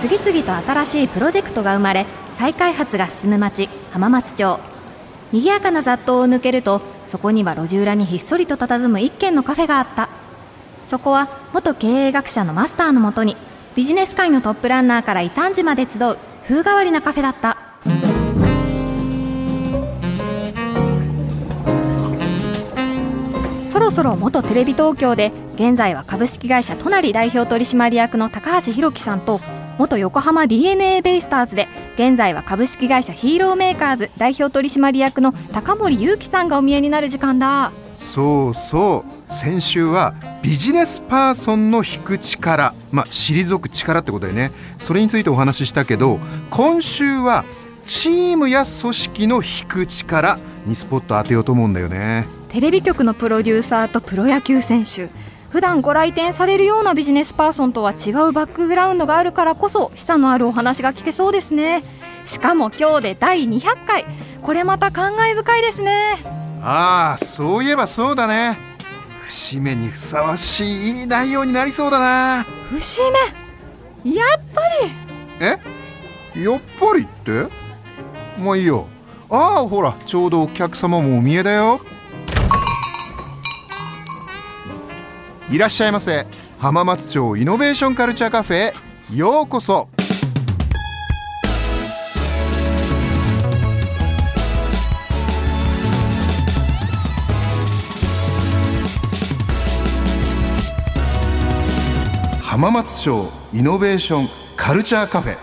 次々と新しいプロジェクトが生まれ、再開発が進む町浜松町。賑やかな雑踏を抜けると、そこには路地裏にひっそりと佇む一軒のカフェがあった。そこは元経営学者のマスターのもとに、ビジネス界のトップランナーから異端児まで集う風変わりなカフェだった。そろそろ元テレビ東京で現在は株式会社トナリ代表取締役の高橋弘樹さんと、元横浜 DNA ベイスターズで現在は株式会社ヒーローメーカーズ代表取締役の高森裕樹さんがお見えになる時間だ。 そうそう、先週はビジネスパーソンの引く力、退く力ってことでね、それについてお話ししたけど、今週はチームや組織の引く力にスポット当てようと思うんだよね。 テレビ局のプロデューサーとプロ野球選手、普段ご来店されるようなビジネスパーソンとは違うバックグラウンドがあるからこそ、示唆のあるお話が聞けそうですね。しかも今日で第200回、これまた感慨深いですね。 ああ、そういえばそうだね。節目にふさわしいいい内容になりそうだな。 節目、やっぱり。 やっぱりって、まあいいよ。ああ、ほら、ちょうどお客様もお見えだよ。いらっしゃいませ。浜松町イノベーションカルチャーカフェへようこそ。浜松町イノベーションカルチャーカフェ。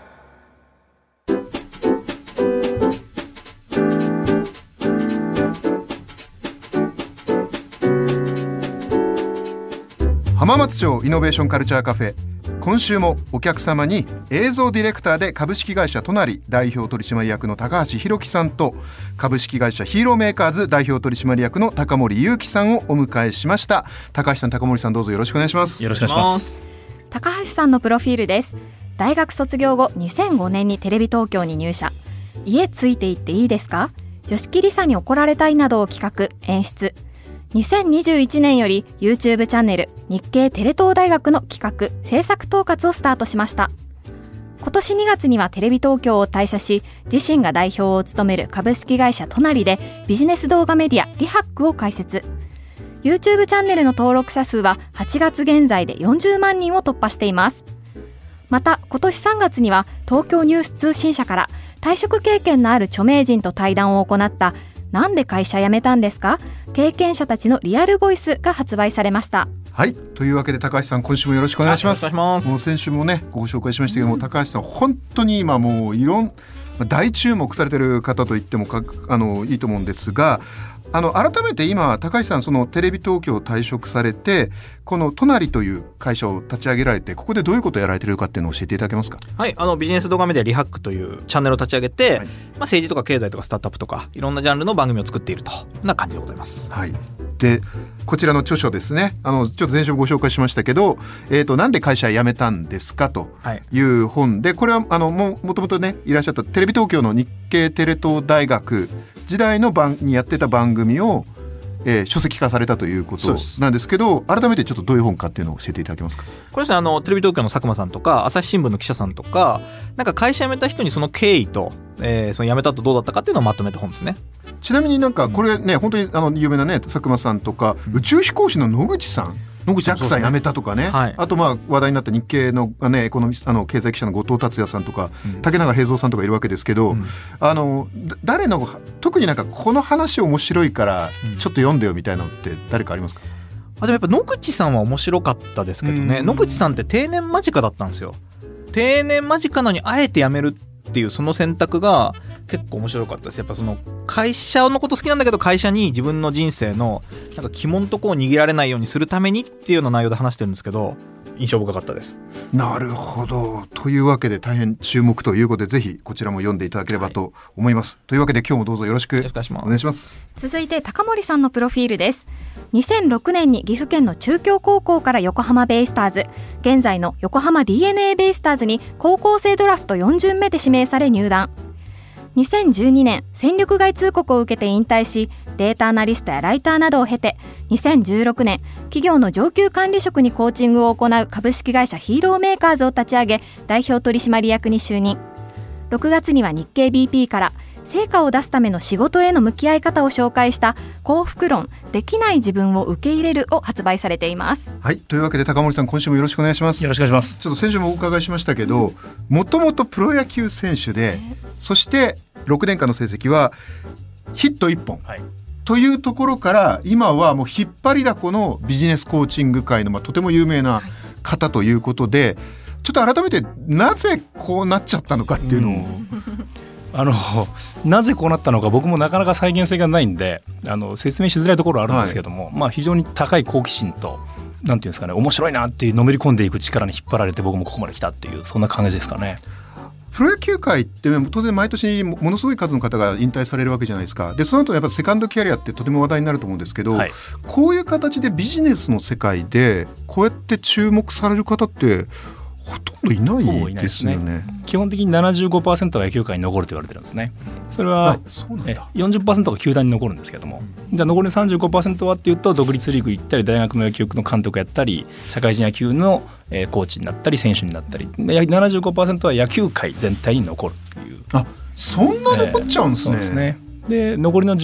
浜松町イノベーションカルチャーカフェ、今週もお客様に映像ディレクターで株式会社トナリ代表取締役の高橋弘樹さんと、株式会社ヒーローメーカーズ代表取締役の高森裕樹さんをお迎えしました。高橋さん、高森さん、どうぞよろしくお願いします。 よろしくお願いします。 高橋さんのプロフィールです。大学卒業後2005年にテレビ東京に入社。家ついて行っていいですか、吉木りさに怒られたいなどを企画演出。2021年より YouTube チャンネル日経テレ東大学の企画制作統括をスタートしました。今年2月にはテレビ東京を退社し、自身が代表を務める株式会社トナリでビジネス動画メディアリハックを開設。 YouTube チャンネルの登録者数は8月現在で40万人を突破しています。また今年3月には東京ニュース通信社から退職経験のある著名人と対談を行ったなんで会社辞めたんですか、経験者たちのリアルボイスが発売されました。 はい、というわけで高橋さん、今週もよろしくお願いします。 よろしくお願いします。 もう先週もねご紹介しましたけども、高橋さん本当に今もう大注目されてる方と言ってもいいと思うんですが、改めて今高橋さん、そのテレビ東京を退職されて、このトナリという会社を立ち上げられて、ここでどういうことをやられているかっていうのを教えていただけますか。 はい、ビジネス動画メディアリハックというチャンネルを立ち上げて、政治とか経済とかスタートアップとかいろんなジャンルの番組を作っているというな感じでございます。 はい、でこちらの著書ですね、ちょっと前週ご紹介しましたけど、なんで会社辞めたんですかという本で、これはもともとねいらっしゃったテレビ東京の日経テレ東大学時代にやってた番組を、書籍化されたということなんですけど、改めてちょっとどういう本かっていうのを教えていただけますか。 これですね、テレビ東京の佐久間さんとか朝日新聞の記者さんとか、なんか会社辞めた人にその経緯と、その辞めた後どうだったかっていうのをまとめた本ですね。 ちなみになんかこれね、本当に有名なね佐久間さんとか、宇宙飛行士の野口さん、JAXA 辞めたとかね、あと話題になった日経の、エコノミ経済記者の後藤達也さんとか、竹永平蔵さんとかいるわけですけど、誰の特になんかこの話面白いからちょっと読んでよみたいなのって誰かありますか。 でもやっぱ野口さんは面白かったですけどね。野口さんって定年間近だったんですよ。定年間近なのにあえて辞めるっていうその選択が結構面白かったです。やっぱその会社のこと好きなんだけど、会社に自分の人生のなんか鬼門とこを握られないようにするためにっていうような内容で話してるんですけど、印象深かったです。 なるほど。というわけで大変注目ということで、ぜひこちらも読んでいただければと思います。というわけで今日もどうぞよろしくお願いします。 続いて高森さんのプロフィールです。2006年に岐阜県の中京高校から横浜ベイスターズ、現在の横浜 DNA ベイスターズに高校生ドラフト4巡目で指名され入団。 2012年戦力外通告を受けて引退し、データアナリストやライターなどを経て、2016年企業の上級管理職にコーチングを行う株式会社ヒーローメーカーズを立ち上げ、代表取締役に就任。6月には日経 BP から成果を出すための仕事への向き合い方を紹介した幸福論、できない自分を受け入れるを発売されています。 はい、というわけで高森さん、今週もよろしくお願いします。 よろしくお願いします。 ちょっと先週もお伺いしましたけど、もともとプロ野球選手で、そして6年間の成績はヒット1本、はい、というところから今はもう引っ張りだこのビジネスコーチング界のとても有名な方ということで、ちょっと改めてなぜこうなっちゃったのかっていうのを、 なぜこうなったのか僕もなかなか再現性がないんで説明しづらいところはあるんですけども、非常に高い好奇心となんていうんですかね、面白いなっていうのめり込んでいく力に引っ張られて僕もここまで来たっていう、そんな感じですかね。 プロ野球界って当然毎年ものすごい数の方が引退されるわけじゃないですか。でその後やっぱセカンドキャリアってとても話題になると思うんですけど、はい、こういう形でビジネスの世界でこうやって注目される方ってほとんどいないですよね。 基本的に 75% は野球界に残ると言われてるんですね。それは40% が球団に残るんですけども、じゃあ残りの 35% はっていうと独立リーグ行ったり大学の野球の監督やったり社会人野球のコーチになったり選手になったり、 75% は野球界全体に残るっていう。 あ、そんな残っちゃうんですね。 そうですね。で残りの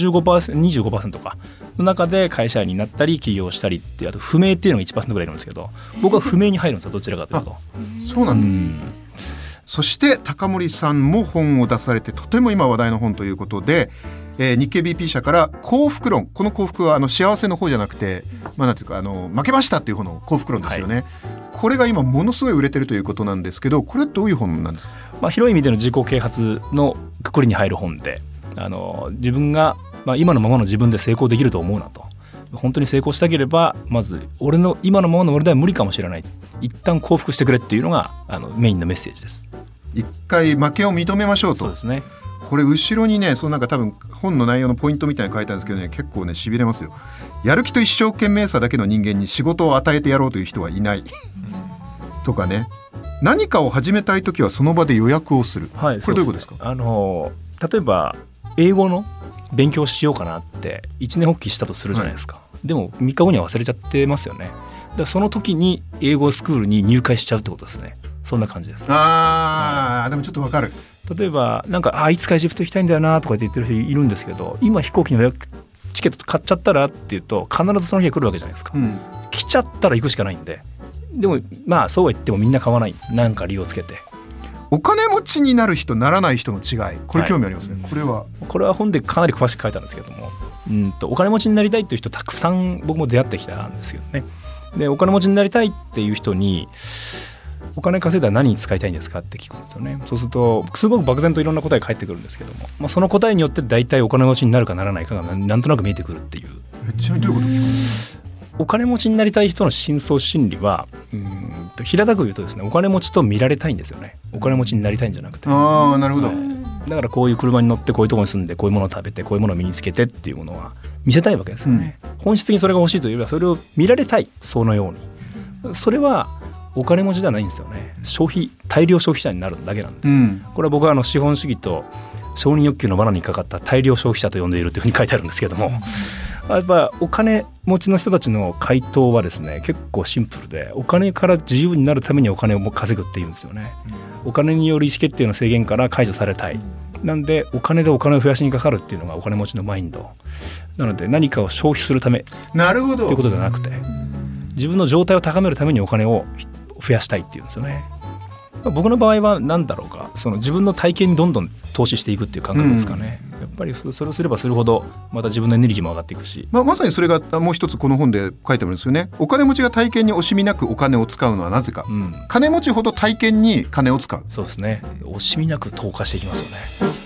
25% かの中で会社員になったり起業したりって、あと不明っていうのが 1% ぐらいいるんですけど、僕は不明に入るんですよ、どちらかというと。 そうなんだ。そして高森さんも本を出されて、とても今話題の本ということで、日経 BP 社から幸福論、この幸福は幸せの方じゃなくて、なんていうか負けましたっていう方の幸福論ですよね、はい、これが今ものすごい売れてるということなんですけど、これはどういう本なんですか？ 広い意味での自己啓発のくくりに入る本で、自分が、今のままの自分で成功できると思うなと。本当に成功したければまず俺の今のままの俺では無理かもしれない、一旦降伏してくれっていうのがメインのメッセージです。 一回負けを認めましょうと。 そうですね。 これ後ろにね、なんか多分本の内容のポイントみたいに書いてあるんですけどね、結構ねしびれますよ。やる気と一生懸命さだけの人間に仕事を与えてやろうという人はいないとかね、何かを始めたいときはその場で予約をする、はい、これどういうことですか？ 例えば英語の勉強しようかなって一年発起したとするじゃないですか、はい、でも3日後には忘れちゃってますよね。だからその時に英語スクールに入会しちゃうってことですね。そんな感じです。 はい、でもちょっとわかる。 例えばなんかいつかエジプト行きたいんだよなとかって言ってる人いるんですけど、今飛行機の予約チケット買っちゃったらって言うと必ずその日が来るわけじゃないですか、来ちゃったら行くしかないんで。でもそうは言ってもみんな買わない、なんか理由をつけて。 お金持ちになる人ならない人の違い、これ興味ありますね、はい、 これは本でかなり詳しく書いたんですけども、お金持ちになりたいっていう人たくさん僕も出会ってきたんですけどね。でお金持ちになりたいっていう人にお金稼いだら何に使いたいんですかって聞くんですよね。そうするとすごく漠然といろんな答えが返ってくるんですけども、その答えによって大体お金持ちになるかならないかがなんとなく見えてくるっていう。 ちなみにどういうことですか？ お金持ちになりたい人の深層心理は平たく言うとですね、お金持ちと見られたいんですよね。お金持ちになりたいんじゃなくて。 ああ、なるほど、 だからこういう車に乗ってこういうところに住んでこういうものを食べてこういうものを身につけてっていうものは見せたいわけですよね、本質的にそれが欲しいというよりはそれを見られたい、そのように。それはお金持ちではないんですよね。大量消費者になるだけなんで、これは僕は資本主義と承認欲求の罠にかかった大量消費者と呼んでいるというふうに書いてあるんですけども、やっぱお金持ちの人たちの回答はですね結構シンプルで、お金から自由になるためにお金を稼ぐっていうんですよね、お金による意思決定の制限から解除されたい。なんでお金でお金を増やしにかかるっていうのがお金持ちのマインドなので、何かを消費するためなるほどということではなくて、自分の状態を高めるためにお金を増やしたいっていうんですよね。僕の場合は何だろうか、自分の体験にどんどん投資していくっていう感覚ですかね、やっぱりそれをすればするほどまた自分のエネルギーも上がっていくし、 まさにそれがもう一つこの本で書いてあるんですよね。お金持ちが体験に惜しみなくお金を使うのはなぜか、金持ちほど体験に金を使う。 そうですね、惜しみなく投下していきますよね。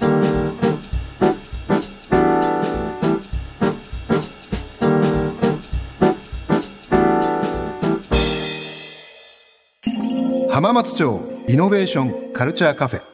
浜松町イノベーションカルチャーカフェ。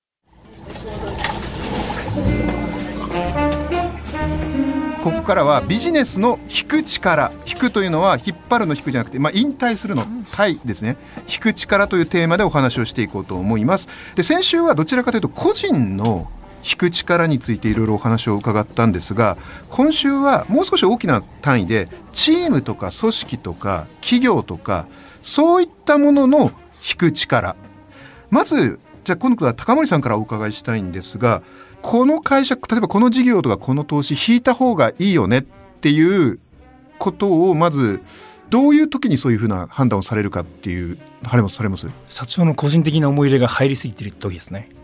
ここからはビジネスの引く力、引くというのは引っ張るの引くじゃなくて、引退するの退ですね。引く力というテーマでお話をしていこうと思います。で先週はどちらかというと個人の引く力についていろいろお話を伺ったんですが、今週はもう少し大きな単位でチームとか組織とか企業とかそういったものの引く力、まずじゃあ今度は高森さんからお伺いしたいんですが、この会社、例えばこの事業とかこの投資引いた方がいいよねっていうことをまずどういう時にそういうふうな判断をされるかっていう、されます？ 社長の個人的な思い入れが入りすぎてる時ですね。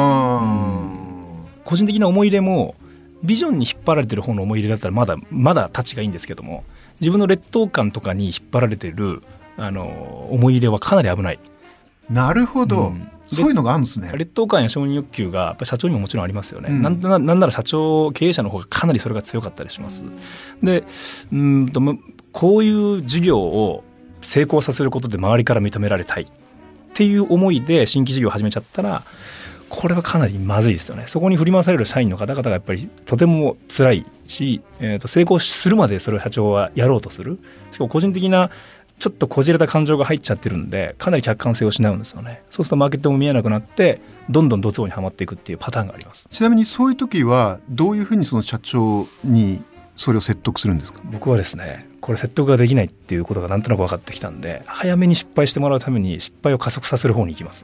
個人的な思い入れもビジョンに引っ張られてる方の思い入れだったらまだタッチがいいんですけども、自分の劣等感とかに引っ張られてる思い入れはかなり危ない。 なるほど、そういうのがあるんですね。 劣等感や承認欲求がやっぱ社長にももちろんありますよね、なんなら社長経営者の方がかなりそれが強かったりします。でこういう事業を成功させることで周りから認められたいっていう思いで新規事業を始めちゃったら、これはかなりまずいですよね。そこに振り回される社員の方々がやっぱりとても辛いし、成功するまでそれを社長はやろうとする。しかも個人的なちょっとこじれた感情が入っちゃってるんで、かなり客観性を失うんですよね。そうするとマーケットも見えなくなってどんどんドツボにはまっていくっていうパターンがあります。 ちなみにそういう時はどういうふうにその社長にそれを説得するんですか？ 僕はですね、これ説得ができないっていうことがなんとなく分かってきたんで、早めに失敗してもらうために失敗を加速させる方に行きます。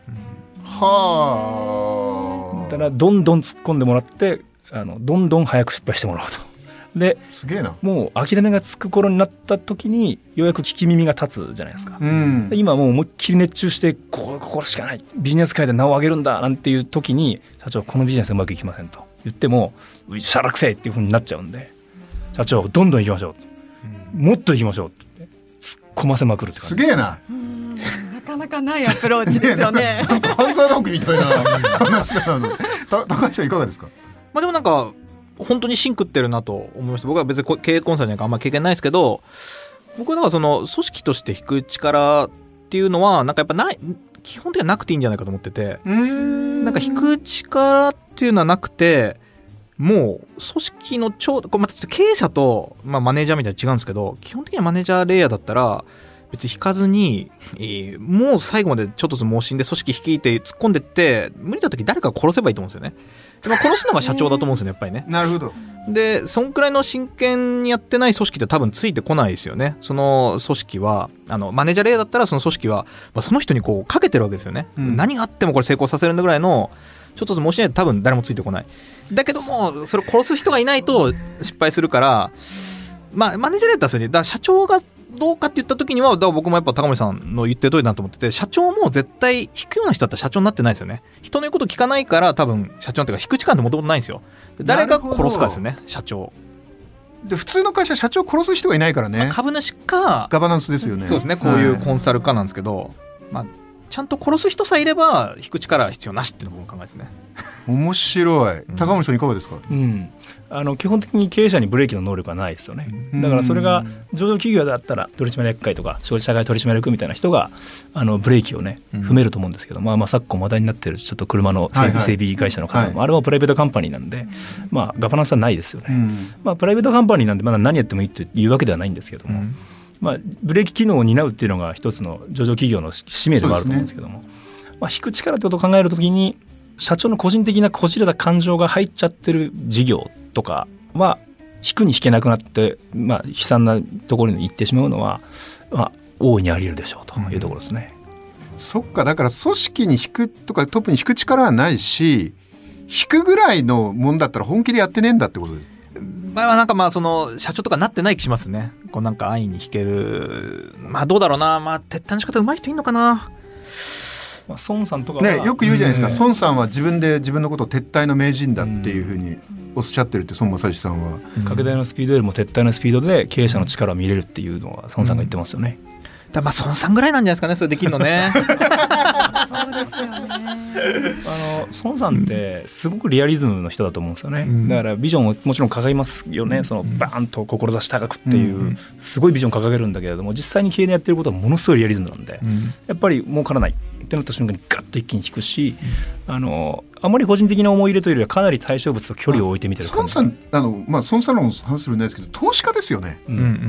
はあ。 だからどんどん突っ込んでもらってどんどん早く失敗してもらおうと。ですげえな。 もう諦めがつく頃になった時にようやく聞き耳が立つじゃないですか、で今もう思いっきり熱中してここしかない、ビジネス界で名を上げるんだなんていう時に、社長このビジネスうまくいきませんと言ってもしゃらくせえっていう風になっちゃうんで、社長どんどん行きましょう、もっと行きましょうって突っ込ませまくるって感じ。 すげえな。 なかなかないアプローチですよね。 なんか犯罪直樹みたいな話だな。高橋さんいかがですか？ でもなんか本当に芯食ってるなと思いました。僕は別に経営コンサルなんかあんま経験ないですけど、僕はなんかその組織として引く力っていうのはなんかやっぱない基本的にはなくていいんじゃないかと思ってて、なんか引く力っていうのはなくて、もう組織の経営者と、マネージャーみたいに違うんですけど、基本的にはマネージャーレイヤーだったら別に引かずに、もう最後までちょっとずつ盲信で組織率いて突っ込んでって無理な時誰か殺せばいいと思うんですよね。で殺すのが社長だと思うんですよね、やっぱりね。なるほど。でそんくらいの真剣にやってない組織って多分ついてこないですよね。その組織はマネージャーレイヤーだったらその組織は、その人にこうかけてるわけですよね、何があってもこれ成功させるんだぐらいのちょっとずつ申しないと多分誰もついてこない。だけどもそれを殺す人がいないと失敗するから、マネージャーレイヤーだったらそれで、だから社長がどうかって言った時には、だから僕もやっぱ高森さんの言ってる通りだと思ってて、社長も絶対引くような人だったら社長になってないですよね。人の言うこと聞かないから多分社長っていうか引く力ってもともとないんですよ。誰が殺すかですよね、社長で。普通の会社社長殺す人がいないからね、 株主かガバナンスですよね。 そうですね、こういうコンサルかなんですけど、ちゃんと殺す人さえいれば引く力は必要なしっていうのが僕の考えですね。 面白い。高森さんいかがですか？ 基本的に経営者にブレーキの能力はないですよね。だからそれが上場企業だったら取締役会とか社外取締役みたいな人がブレーキをね踏めると思うんですけど、昨今話題になってるちょっと車の整備会社の方も、あれはプライベートカンパニーなんで、ガバナンスはないですよね。プライベートカンパニーなんでまだ何やってもいいというわけではないんですけども、ブレーキ機能を担うっていうのが一つの上場企業の使命でもあると思うんですけども、引く力ってことを考えるときに社長の個人的なこじれた感情が入っちゃってる事業とかは引くに引けなくなって、悲惨なところに行ってしまうのは、大いにあり得るでしょうというところですね。 そっか、だから組織に引くとかトップに引く力はないし、引くぐらいのもんだったら本気でやってねえんだってことです。 場合はなんかその社長とかなってない気しますね。こうなんか安易に引ける、どうだろうな、撤退の仕方上手い人いんのかな。 孫さんとかは、よく言うじゃないですか、孫さんは自分で自分のことを撤退の名人だっていうふうにおっしゃってるって、孫正義さんは。 拡大のスピードよりも撤退のスピードで経営者の力を見れるっていうのは孫さんが言ってますよね。 だ孫さんぐらいなんじゃないですかね、それできるのね。 そうですよね。 孫さんってすごくリアリズムの人だと思うんですよね。だからビジョンをもちろん掲げますよね。そのバーンと志高くっていうすごいビジョンを掲げるんだけれども、実際に経営でやってることはものすごいリアリズムなんで、やっぱり儲からないってなった瞬間にガッと一気に引くし、あまり個人的な思い入れというよりはかなり対象物と距離を置いてみてる感じ。 孫さん孫さんの話するんですけど、投資家ですよね。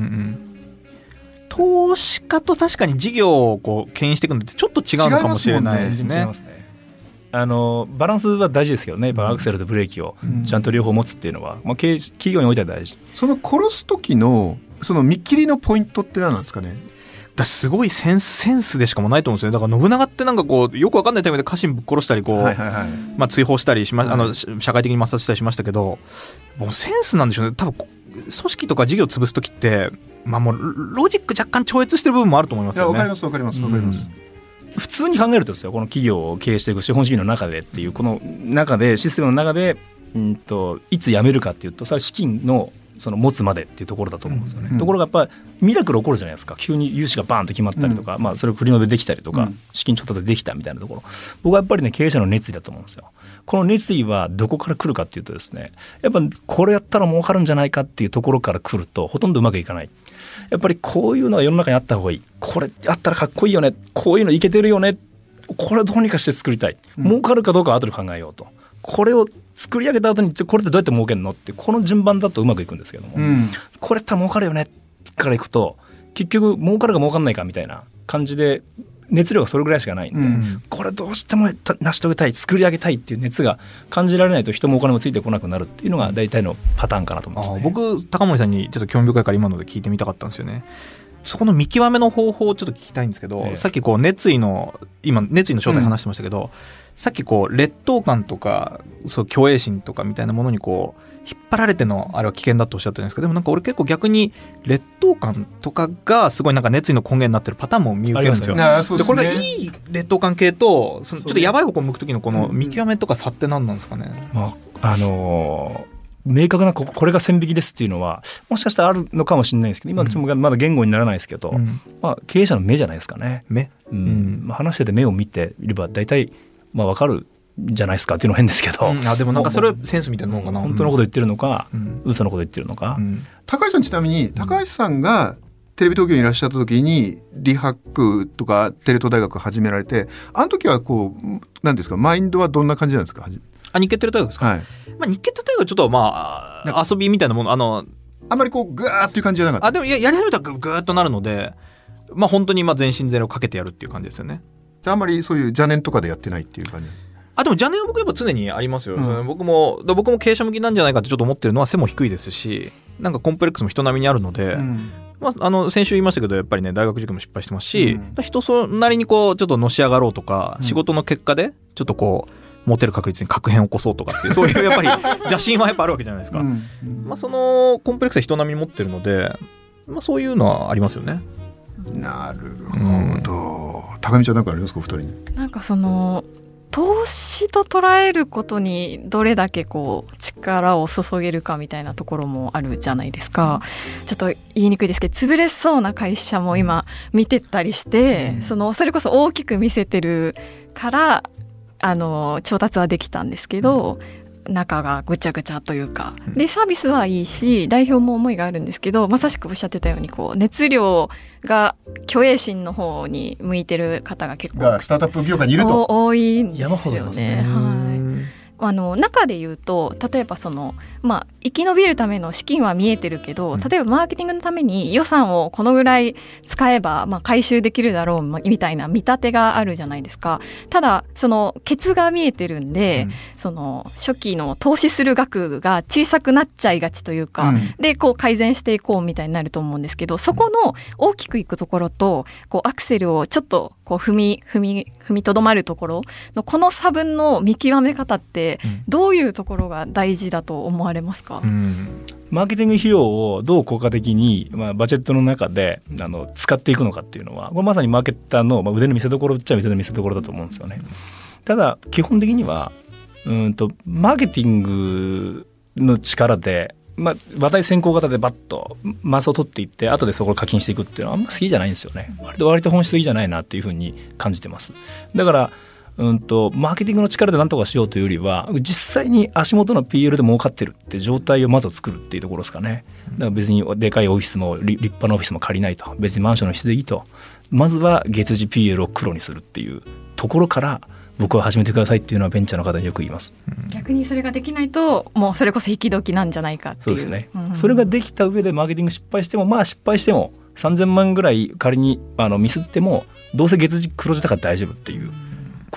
投資家と確かに事業をこう牽引していくのってちょっと違うのかもしれないですね。 バランスは大事ですけどね。アクセルとブレーキをちゃんと両方持つっていうのは、企業においては大事。 その殺す時のその見切りのポイントって何なんですかね。 すごいセンスでしかもないと思うんですよね。だから信長ってなんかこうよくわかんないタイミングで家臣ぶっ殺したり追放したりし社会的に抹殺したりしましたけど、もうセンスなんでしょうね。多分組織とか事業を潰す時って、もうロジック若干超越してる部分もあると思いますよね。 わかります普通に考えるとですよ、この企業を経営していく資本主義の中でっていうこの中でシステムの中で、いつ辞めるかっていうと、それは資金のその持つまでっていうところだと思うんですよね。ところがやっぱりミラクル起こるじゃないですか。急に融資がバーンと決まったりとか、それを繰り延べできたりとか、資金調達できたみたいなところ、僕はやっぱりね、経営者の熱意だと思うんですよ。この熱意はどこから来るかっていうとですね、やっぱこれやったら儲かるんじゃないかっていうところから来るとほとんどうまくいかない。やっぱりこういうのが世の中にあった方がいい、これあったらかっこいいよね、こういうのいけてるよね、これをどうにかして作りたい、儲かるかどうかは後で考えようと、これを作り上げた後にこれってどうやって儲けるのってこの順番だとうまくいくんですけども、これやったら儲かるよねからいくと結局儲かるか儲かんないかみたいな感じで熱量がそれぐらいしかないんで、これどうしても成し遂げたい、作り上げたいっていう熱が感じられないと人もお金もついてこなくなるっていうのが大体のパターンかなと思いますね。 僕高森さんにちょっと興味深いから今ので聞いてみたかったんですよね。そこの見極めの方法をちょっと聞きたいんですけど、さっきこう熱意の正体話してましたけど、さっきこう劣等感とかそう虚栄心とかみたいなものにこう引っ張られてのあれは危険だとおっしゃってるんですけど、でもなんか俺結構逆に劣等感とかがすごいなんか熱意の根源になってるパターンも見受けるんですよ。でこれがいい劣等感系とちょっとやばい方向向く時のこの見極めとか差って何なんですかね。 明確なこれが線引きですっていうのはもしかしたらあるのかもしれないですけど、今もまだ言語にならないですけど、経営者の目じゃないですかね。話してて目を見ていれば大体分かるじゃないですかっていうのは変ですけど、 でもなんかそれセンスみたいなものかな。 本当のこと言ってるのか、嘘のこと言ってるのか。 高橋さん、ちなみに高橋さんがテレビ東京にいらっしゃった時にリハックとかテレ東大学始められて、あの時はこう何ですか、マインドはどんな感じなんですか。 日経テレ大学ですか。日経テレ大学はちょっと遊びみたいなもの、 あんまりこうグワーっていう感じじゃなかった。 でもやり始めたらグーッとなるので、本当に全身全霊をかけてやるっていう感じですよね。 じゃああんまりそういう邪念とかでやってないっていう感じです。 でも邪念は僕やっぱ常にありますよ。僕も経営者向きなんじゃないかってちょっと思ってるのは、背も低いですし、なんかコンプレックスも人並みにあるので、先週言いましたけどやっぱりね、大学受験も失敗してますし、人そなりにこうちょっとのし上がろうとか、仕事の結果でちょっとこうモテる確率に確変を起こそうとかっていう、そういうやっぱり邪心はやっぱあるわけじゃないですか。そのコンプレックスは人並みに持ってるので、そういうのはありますよね。 なるほど。高見ちゃんなんかありますか、お二人に。 なんかその投資と捉えることにどれだけこう力を注げるかみたいなところもあるじゃないですか。ちょっと言いにくいですけど、潰れそうな会社も今見てたりして、それこそ大きく見せてるから調達はできたんですけど、中がぐちゃぐちゃというかで、サービスはいいし代表も思いがあるんですけど、まさしくおっしゃってたようにこう熱量が虚栄心の方に向いてる方が結構スタートアップ業界にいると多いんですよね。中で言うと、例えば生き延びるための資金は見えてるけど、例えばマーケティングのために予算をこのぐらい使えば回収できるだろうみたいな見立てがあるじゃないですか。ただケツが見えてるんで、初期の投資する額が小さくなっちゃいがちというか、でこう改善していこうみたいになると思うんですけど、そこの大きくいくところとこうアクセルをちょっとこう踏みとどまるところのこの差分の見極め方ってどういうところが大事だと思われますか。 マーケティング費用をどう効果的に、バジェットの中で使っていくのかっていうのは、これまさにマーケッターの、腕の見せ所っちゃ腕の見せ所だと思うんですよね。ただ基本的にはマーケティングの力で話題先行型でバッとマスを取っていって後でそこを課金していくっていうのはあんま好きじゃないんですよね。割と本質的じゃないなっていうふうに感じてます。だからマーケティングの力で何とかしようというよりは、実際に足元の PL で儲かってるって状態をまず作るっていうところですかね。だから別にでかいオフィスも立派なオフィスも借りないと、別にマンションの質でいいと、まずは月次 PL を黒にするっていうところから僕は始めてくださいっていうのはベンチャーの方によく言います。 逆にそれができないともうそれこそ引き時なんじゃないかっていう。 そうですね、それができた上でマーケティング失敗しても失敗しても3000万ぐらい仮にミスってもどうせ月次黒字だから大丈夫っていう、こ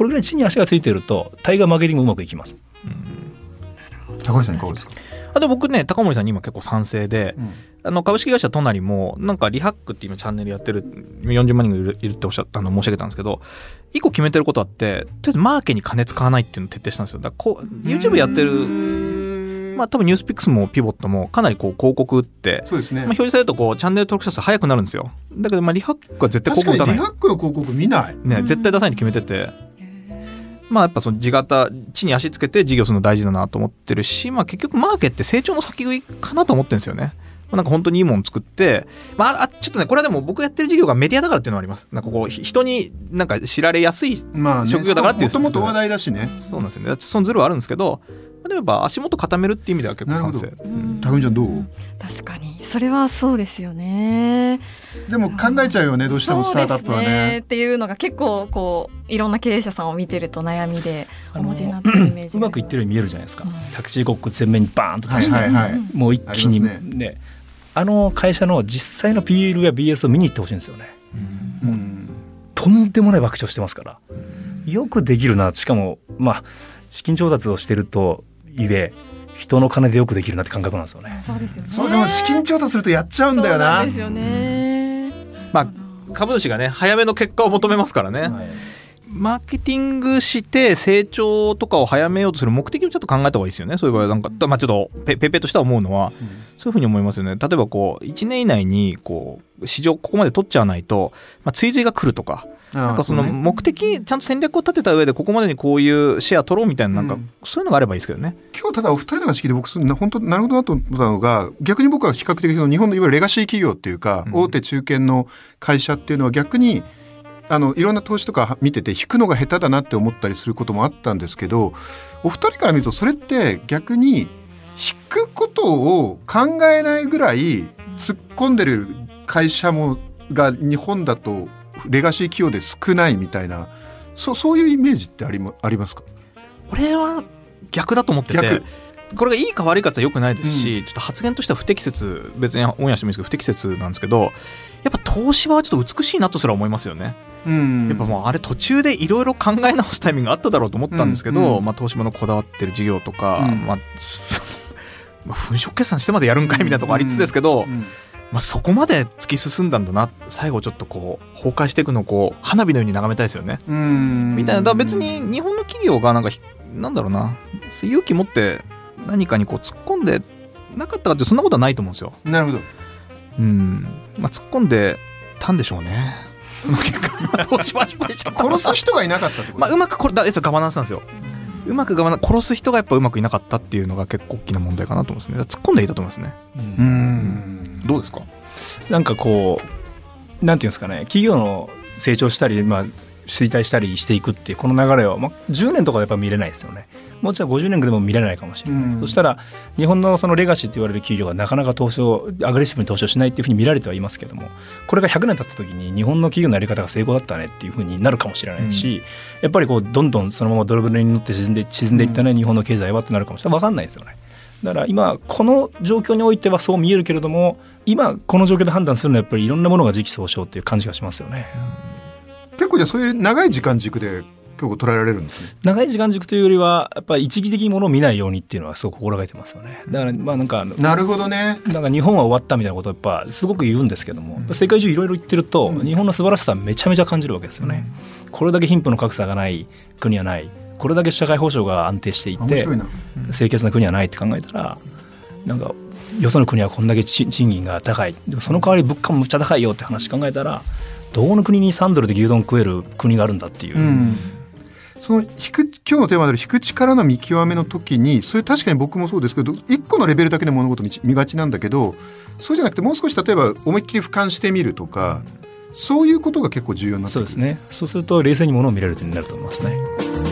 これぐらい地に足がついてるとタイガーマーケティングうまくいきます。 高橋さんいかがですか？ で僕ね高森さんに今結構賛成で、株式会社トナリもなんかリハックって今チャンネルやってる40万人がいるっておっしゃったの申し上げたんですけど、一個決めてることあって、とりあえずマーケに金使わないっていうのを徹底したんですよ。だからYouTube やってる多分ニュースピックスもピボットもかなり広告打って、 そうですね、 表示されるとチャンネル登録者数早くなるんですよ。だけどリハックは絶対広告打たない。 確かにリハックの広告見ない、 ね、絶対出さないって決めてて、やっぱその地に足つけて事業するの大事だなと思ってるし、結局マーケって成長の先食いかなと思ってるんですよね。なんか本当にいいもの作って、ちょっとねこれはでも僕やってる事業がメディアだからっていうのもあります。なんか人になんか知られやすい職業だからっていう、 もともと話題だしね。 そうなんですよね。そのズルはあるんですけど、でもやっぱ足元固めるっていう意味では結構賛成。 高見ちゃんどう？ 確かにそれはそうですよね。 でも考えちゃうよね、どうしてもスタートアップはね。 っていうのが結構いろんな経営者さんを見てると悩みでお持ちになってるイメージうまくいってるように見えるじゃないですか。タクシー広告全面にバーンと出して、もう一気にね、会社の実際の PL や BS を見に行ってほしいんですよね。もうとんでもない爆笑してますから、よくできるな。しかも資金調達をしてるとゆえ人の金でよくできるなって感覚なんですよね。 そうですよね。 そうでも資金調達するとやっちゃうんだよな。 そうなんですよね。 株主がね早めの結果を求めますからね。マーケティングして成長とかを早めようとする目的をちょっと考えた方がいいですよね。そういう場合はなんか、ちょっとペペとしては思うのは、そういうふうに思いますよね。例えば1年以内に市場ここまで取っちゃわないと、追随が来るとか、なんかその目的ちゃんと戦略を立てた上でここまでにこういうシェア取ろうみたいな、なんかそういうのがあればいいですけどね。 今日ただお二人の話聞いて僕本当なるほどなと思ったのが、逆に僕は比較的日本のいわゆるレガシー企業っていうか、大手中堅の会社っていうのは逆にいろんな投資とか見てて引くのが下手だなって思ったりすることもあったんですけど、お二人から見るとそれって逆に引くことを考えないぐらい突っ込んでる会社が日本だとレガシー企業で少ないみたいな、そういうイメージってありますか？ 俺は逆だと思ってて、これがいいか悪いかって良くないですし、ちょっと発言としては不適切、別にオンエアしてもいいですけど不適切なんですけど、やっぱ東芝はちょっと美しいなとすら思いますよね。やっぱもうあれ途中でいろいろ考え直すタイミングがあっただろうと思ったんですけど、東芝のこだわってる事業とか、粉飾決算してまでやるんかいみたいなところありつつですけど、そこまで突き進んだんだな、最後ちょっと崩壊していくのを花火のように眺めたいですよね。みたいな。だから別に日本の企業がなんだろうな、勇気持って何かに突っ込んでなかったかってそんなことはないと思うんですよ。 なるほど。 突っ込んでたんでしょうね。その結果投資は失敗しちゃった。 殺す人がいなかったってこと。 うまくガバナンスなんですよ。うまく殺す人がやっぱうまくいなかったっていうのが結構大きな問題かなと思うんですね。突っ込んでいたと思いますね。どうですか？ なんかなんていうんですかね、企業の成長したり、衰退したりしていくっていうこの流れを、10年とかでやっぱ見れないですよね。もちろん50年でも見れないかもしれない。そしたら日本のそのレガシーって言われる企業がなかなかアグレッシブに投資をしないっていうふうに見られてはいますけども、これが100年経った時に日本の企業のやり方が成功だったねっていうふうになるかもしれないし、やっぱりどんどんそのままドルブレに乗って沈んでいったね、日本の経済はってなるかもしれない。分かんないですよね。だから今この状況においてはそう見えるけれども、今この状況で判断するのはやっぱりいろんなものが時期尚早っていう感じがしますよね。 結構じゃあそういう長い時間軸で結構捉えられるんですね。 長い時間軸というよりはやっぱり一義的にものを見ないようにっていうのはすごく心がけてますよね。だからなるほどね。 なんか日本は終わったみたいなことをやっぱすごく言うんですけども、世界中いろいろ言ってると、日本の素晴らしさはめちゃめちゃ感じるわけですよね。これだけ貧富の格差がない国はない、これだけ社会保障が安定していて清潔な国はないって考えたら、なんかよその国はこんだけ賃金が高い、でもその代わり物価もむっちゃ高いよって話考えたら、どこの国に$3で牛丼食える国があるんだっていう、 その今日のテーマである引く力の見極めの時に、それ確かに僕もそうですけど、1個のレベルだけで物事見がちなんだけど、そうじゃなくてもう少し例えば思いっきり俯瞰してみるとか、そういうことが結構重要になってくる。 そうですね。そうすると冷静に物を見れるというになると思いますね。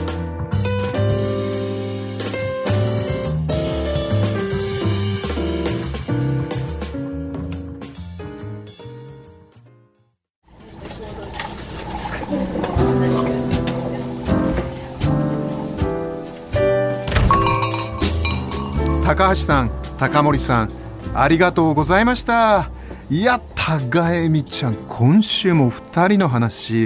高橋さん、高森さん、ありがとうございました。いや、高江美ちゃん、今週も2人の話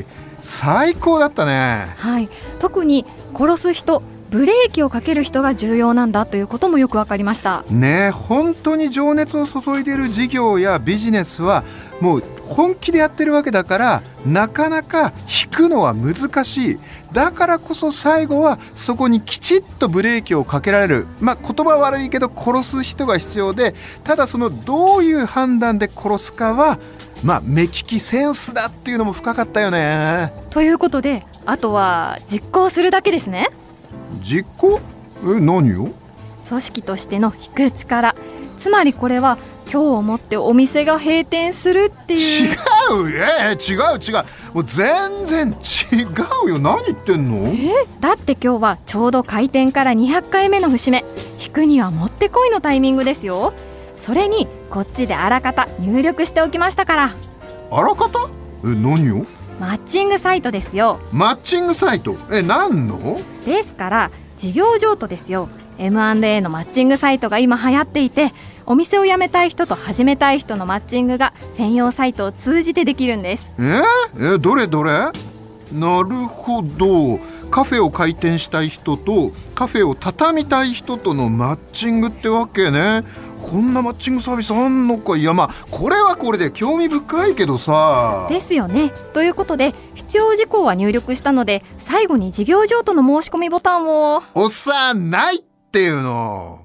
最高だったね。 はい、特に殺す人、ブレーキをかける人が重要なんだということもよく分かりましたね。本当に情熱を注いでいる事業やビジネスはもう本気でやってるわけだから、なかなか引くのは難しい。だからこそ最後はそこにきちっとブレーキをかけられる、言葉は悪いけど殺す人が必要で、ただそのどういう判断で殺すかは目利きセンスだっていうのも深かったよね。 ということで、あとは実行するだけですね。 実行？何を？ 組織としての引く力、つまりこれは今日をもってお店が閉店するっていう。 違う、違う、もう全然違うよ。何言ってんの？ だって今日はちょうど開店から200回目の節目、引くにはもってこいのタイミングですよ。それにこっちであらかた入力しておきましたから。 あらかた？何を？ マッチングサイトですよ。 マッチングサイト？何の？ ですから事業譲渡ですよ。 M&A のマッチングサイトが今流行っていて、お店を辞めたい人と始めたい人のマッチングが専用サイトを通じてできるんです。 どれ？なるほど。カフェを開店したい人とカフェを畳みたい人とのマッチングってわけね。こんなマッチングサービスあんのか。いや、これはこれで興味深いけどさ。 ですよね。ということで必要事項は入力したので、最後に事業譲渡の申し込みボタンを押さないっていうの。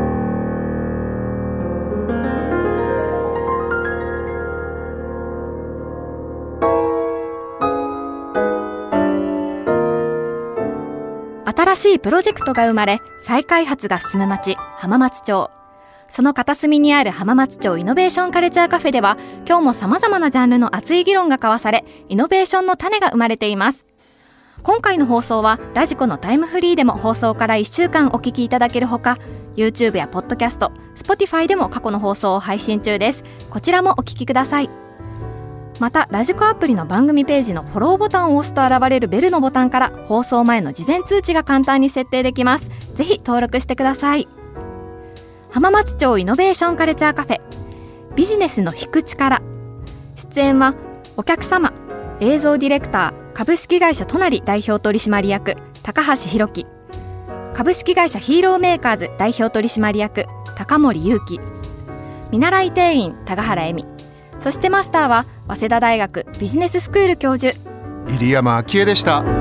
新しいプロジェクトが生まれ、再開発が進む町、浜松町。その片隅にある浜松町イノベーションカルチャーカフェでは、今日も様々なジャンルの熱い議論が交わされ、イノベーションの種が生まれています。今回の放送はラジコのタイムフリーでも放送から1週間お聞きいただけるほか、 YouTube やポッドキャスト、Spotify でも過去の放送を配信中です。こちらもお聞きください。またラジコアプリの番組ページのフォローボタンを押すと現れるベルのボタンから放送前の事前通知が簡単に設定できます。ぜひ登録してください。浜松町イノベーションカルチャーカフェ、ビジネスの引く力。出演はお客様、映像ディレクター株式会社トナリ代表取締役高橋弘樹、株式会社ヒーローメーカーズ代表取締役高森裕樹、見習い店員高原恵美、そしてマスターは早稲田大学ビジネススクール教授入山昭恵でした。